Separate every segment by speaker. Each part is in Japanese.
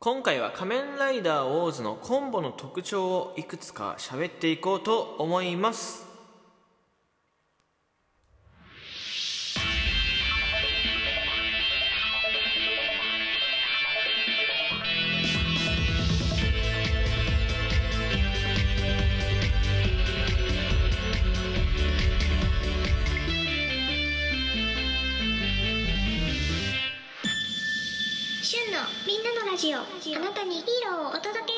Speaker 1: 今回は仮面ライダーオーズのコンボの特徴をいくつか喋っていこうと思います。
Speaker 2: 旬のみんなのラジオ、あなたにヒーローをお届け。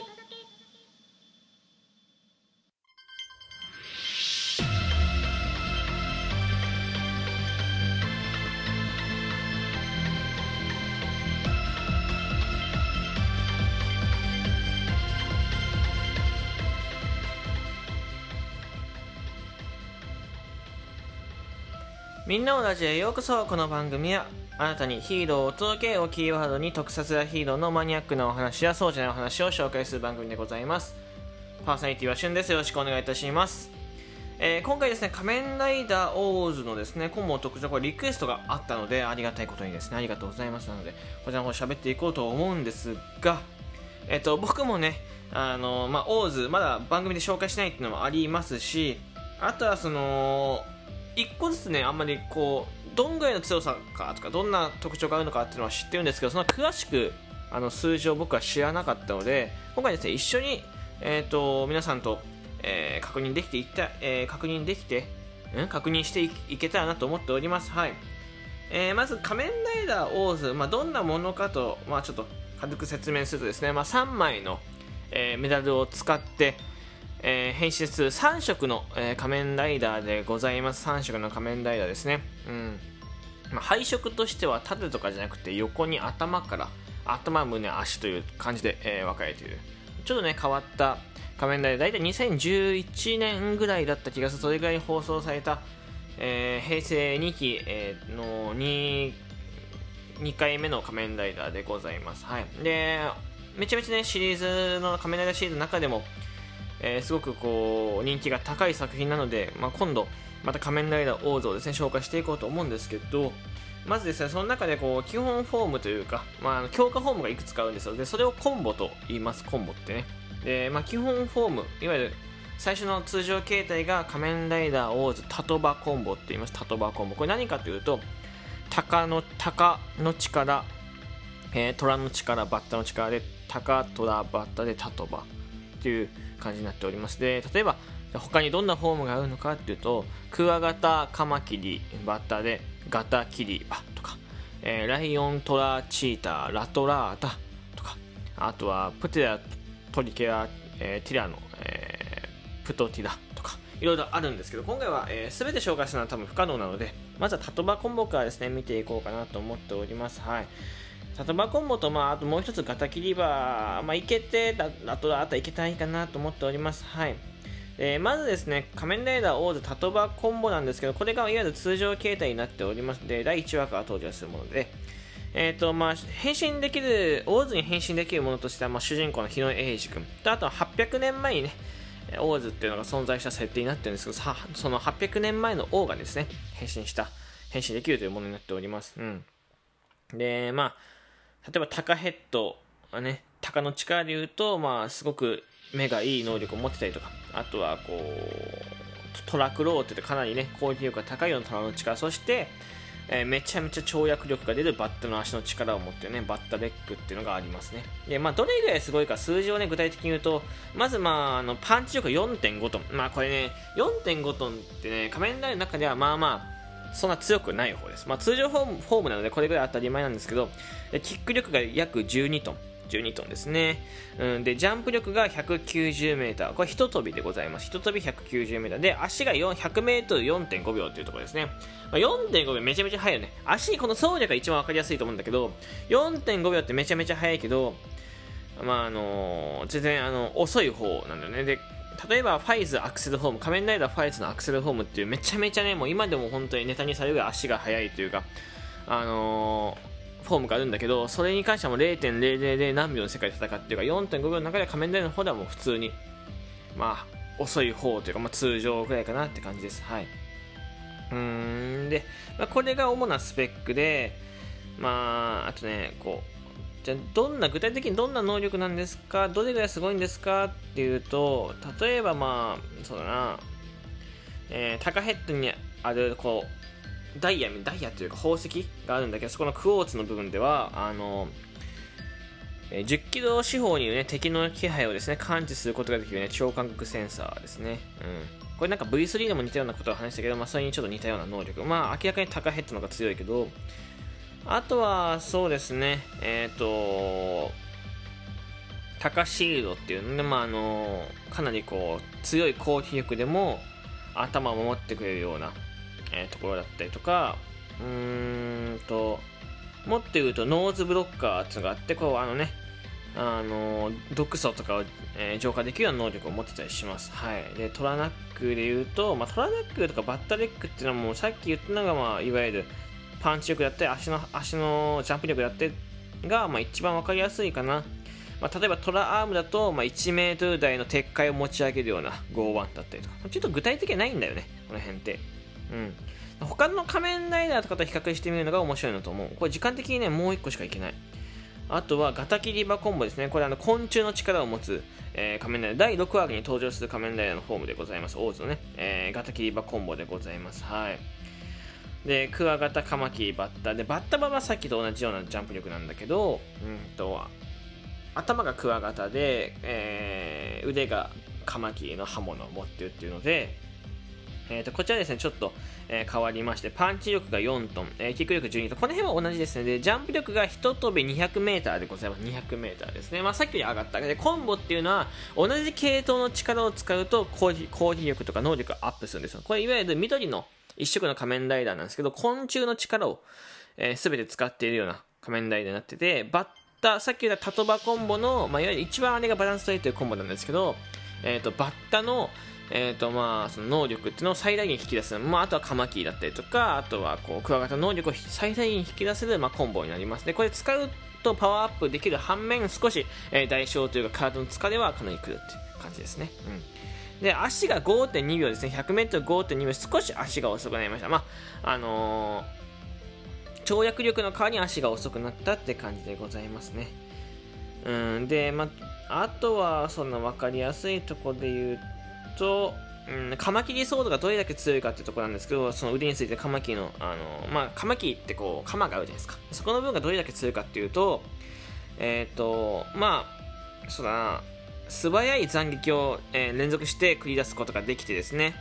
Speaker 1: みんなのラジオへようこそ。この番組はあなたにヒーローをお届けをキーワードに特撮やヒーローのマニアックなお話やそうじゃないお話を紹介する番組でございます。パーソナリティはしゅんです。よろしくお願いいたします。今回ですね、仮面ライダーオーズのですねコンボの特徴、これリクエストがあったので、ありがたいことにですね、ありがとうございます。なのでこちらの方喋っていこうと思うんですが、僕もねオーズまだ番組で紹介しないっていうのもありますし、あとは一個ずつね、あんまりどんぐらいの強さかとかどんな特徴があるのかっていうのは知ってるんですけど、その詳しく数字を僕は知らなかったので、今回ですね一緒に、皆さんと、確認していけたらなと思っております。はい。まず仮面ライダーオーズ、どんなものかと、ちょっと軽く説明するとですね、3枚の、メダルを使って変身する3色の、仮面ライダーでございます。3色の仮面ライダーですね。配色としては縦とかじゃなくて横に頭から頭、胸、足という感じで、分かれている、ちょっとね変わった仮面ライダー。だいたい2011年ぐらいだった気がする。それぐらいに放送された、平成2期、の 2回目の仮面ライダーでございます。はい。でめちゃめちゃねシリーズの仮面ライダーシリーズの中でもすごく人気が高い作品なので、今度また仮面ライダーオーズをですね紹介していこうと思うんですけど、まずですねその中で基本フォームというか、強化フォームがいくつかあるんですよ。でそれをコンボと言います。コンボってね、で、基本フォーム、いわゆる最初の通常形態が仮面ライダーオーズタトバコンボって言います。タトバコンボ、これ何かというと、鷹の力、虎の力、バッタの力で鷹、虎、バッタでタトバという感じになっております。で例えば他にどんなフォームがあるのかっていうと、クワガタ、カマキリ、バッタでガタキリバとか、ライオン、トラ、チーター、ラトラータとか、あとはプテラ、トリケラ、ティラノ、プトティラとかいろいろあるんですけど、今回は、全て紹介するのは多分不可能なので、まずはタトバコンボからですね見ていこうかなと思っております。はい。タトバコンボと、あともう一つガタキリバー、いけてあといけたらいいかなと思っております。はい。まずですね、仮面ライダーオーズタトバコンボなんですけど、これがいわゆる通常形態になっておりますので、第1話から登場するもので、変身できる、オーズに変身できるものとしては、主人公の日野英二君と、あとは800年前にねオーズっていうのが存在した設定になってるんですけど、その800年前の王がですね変身できるというものになっております。で例えばタカヘッドはね、タカの力でいうと、すごく目がいい能力を持ってたりとか、あとはトラクローって言ってかなりね攻撃力が高いような虎の力、そして、めちゃめちゃ跳躍力が出るバッタの足の力を持ってるねバッタレッグっていうのがありますね。でどれぐらいすごいか数字をね具体的に言うと、まずパンチ力 4.5 トン、これね 4.5 トンってね仮面ライダーの中ではそんな強くない方です。通常フォームなのでこれぐらい当たり前なんですけど、キック力が約12トンですね。でジャンプ力が 190m、 これ一飛びでございます。一飛び 190m で、足が 100m4.5 秒というところですね。4.5 秒めちゃめちゃ速いよね。足、この走力が一番分かりやすいと思うんだけど、 4.5 秒ってめちゃめちゃ速いけど、全然遅い方なんだよね。で例えばファイズアクセルフォーム、仮面ライダーファイズのアクセルフォームっていうめちゃめちゃね、もう今でも本当にネタにされるぐらい足が速いというか、フォームがあるんだけど、それに関してはもう 0.000 何秒の世界で戦っているか、 4.5 秒の中で仮面ライダーの方ではもう普通に遅い方というか、通常ぐらいかなって感じです。はい。で、これが主なスペックで、あとねじゃあ具体的にどんな能力なんですか、どれぐらいすごいんですかっていうと、例えばそうだな、タカヘッドにあるこうダイヤというか宝石があるんだけど、そこのクォーツの部分では10キロ四方にいる、ね、敵の気配をですね感知することができる、ね、超感覚センサーですね。これなんか V3 でも似たようなことを話したけど、それにちょっと似たような能力、明らかにタカヘッドの方が強いけど、あとはそうですね、タカシールドっていうので、かなりこう強い攻撃力でも頭を守ってくれるような、ところだったりとか、もっと言うとノーズブロッカーっていうのがあって、こう毒素とかを、浄化できるような能力を持ってたりします。はい。でトラナックで言うと、トラナックとかバッタレックっていうのはもうさっき言ったのが、いわゆるパンチ力だったり足のジャンプ力だったりが、一番分かりやすいかな。例えばトラアームだと、1メートル台の鉄塊を持ち上げるような剛腕だったりとか、ちょっと具体的にはないんだよね、この辺って。他の仮面ライダーとかと比較してみるのが面白いのと思う。これ時間的にね、もう1個しかいけない。あとはガタキリバコンボですね。これ昆虫の力を持つ、仮面ライダー第6話に登場する仮面ライダーのフォームでございます。オーズのね、ガタキリバコンボでございます。はい。でクワガタ、カマキリ、バッタで、バッタバはさっきと同じようなジャンプ力なんだけど、頭がクワガタで、腕がカマキリの刃物を持ってるっていうので、こちらですねちょっと、変わりまして、パンチ力が4トン、キック力12トン、この辺は同じですね。でジャンプ力が1飛び 200m でございます。 200m ですね。さっきより上がったで、コンボっていうのは同じ系統の力を使うと攻撃力とか能力がアップするんですよ。これいわゆる緑の一色の仮面ライダーなんですけど、昆虫の力を、全て使っているような仮面ライダーになってて、バッタ、さっき言ったタトバコンボの、いわゆる一番あれがバランス取れてるコンボなんですけど、バッタのその能力っていうのを最大限引き出す、あとはカマキリだったりとか、あとはこうクワガタの能力を最大限引き出せる、コンボになります。でこれ使うとパワーアップできる反面、少し、代償というか体の疲れはかなりくるっていう感じですね。で足が 5.2 秒ですね。 100m5.2 秒、少し足が遅くなりました。跳躍力の代わりに足が遅くなったって感じでございますね。であとはそんな分かりやすいところで言うと、カマキリソードがどれだけ強いかっていうところなんですけど、その腕についてカマキリの、カマキリってこう鎌があるじゃないですか。そこの部分がどれだけ強いかっていうと、そうだな、素早い斬撃を、連続して繰り出すことができてですね、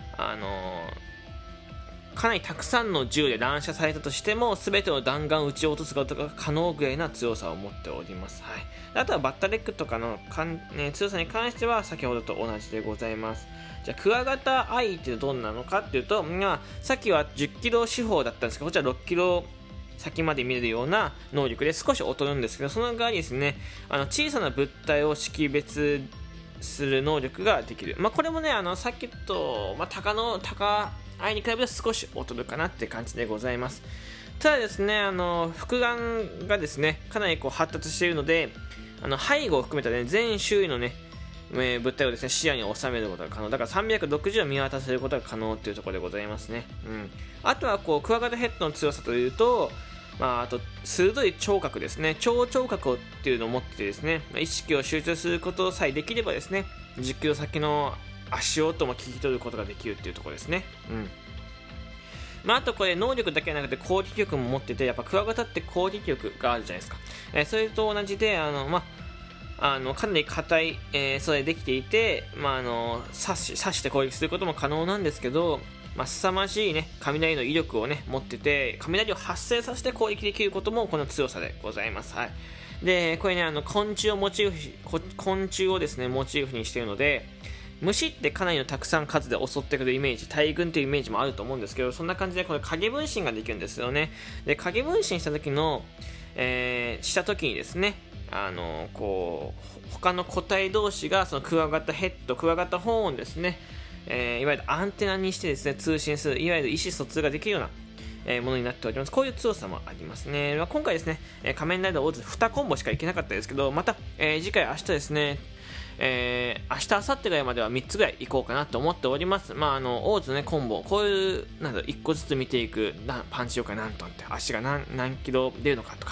Speaker 1: かなりたくさんの銃で乱射されたとしても全ての弾丸を撃ち落とすことが可能ぐらいな強さを持っております。はい、あとはバッタレックとかの強さに関しては先ほどと同じでございます。じゃあクワガタアイってどんなのかっていうと、さっきは10キロ四方だったんですけど、こちら6キロ先まで見れるような能力で少し劣るんですけど、その代わりですね、小さな物体を識別する能力ができる。これもね、さっきと、高愛に比べると少し劣るかなって感じでございます。ただですね、複眼がですねかなりこう発達しているので、背後を含めたね全周囲のね物体をですね視野に収めることが可能だから、360を見渡せることが可能というところでございますね。あとはこうクワガタヘッドの強さというと、あと鋭い聴覚ですね。超聴覚っていうのを持っててですね、意識を集中することさえできればですね、10キロ先の足音も聞き取ることができるっていうところですね。あとこれ能力だけじゃなくて攻撃力も持ってて、やっぱクワガタって攻撃力があるじゃないですか。それと同じでかなり硬い、素材できていて、刺して攻撃することも可能なんですけど、凄まじいね雷の威力をね持ってて、雷を発生させて攻撃できることもこの強さでございます。はい。でこれね昆虫をですねモチーフにしているので、虫ってかなりのたくさん数で襲ってくるイメージ、大群というイメージもあると思うんですけど、そんな感じでこれ影分身ができるんですよね。で影分身した時にですね、こう他の個体同士がそのクワガタヘッド、クワガタホーンですね、いわゆるアンテナにしてですね通信する、いわゆる意思疎通ができるようなものになっております。こういう強さもありますね。今回ですね、仮面ライダーオーズ2コンボしかいけなかったですけど、また、次回明日ですね、明日明後日ぐらいまでは3つぐらいいこうかなと思っております。オーズのねコンボ、こういう1個ずつ見ていく、パンチ力が何トンって足が 何キロ出るのかとか、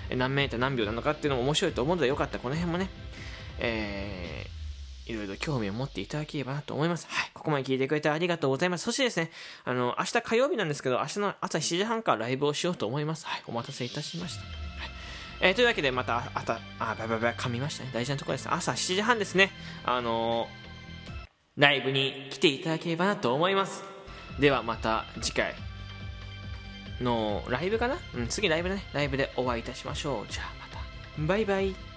Speaker 1: 何メーター何秒なのかっていうのも面白いと思うので、よかったらこの辺もね、いろいろ興味を持っていただければなと思います。はい、ここまで聞いてくれてありがとうございます。そしてですね、明日火曜日なんですけど、明日の朝7時半からライブをしようと思います。はい、お待たせいたしました。はい、というわけでまた、噛みましたね。大事なところです。朝7時半ですね。ライブに来ていただければなと思います。ではまた次回のライブかな？次ライブね。ライブでお会いいたしましょう。じゃあまた。バイバイ。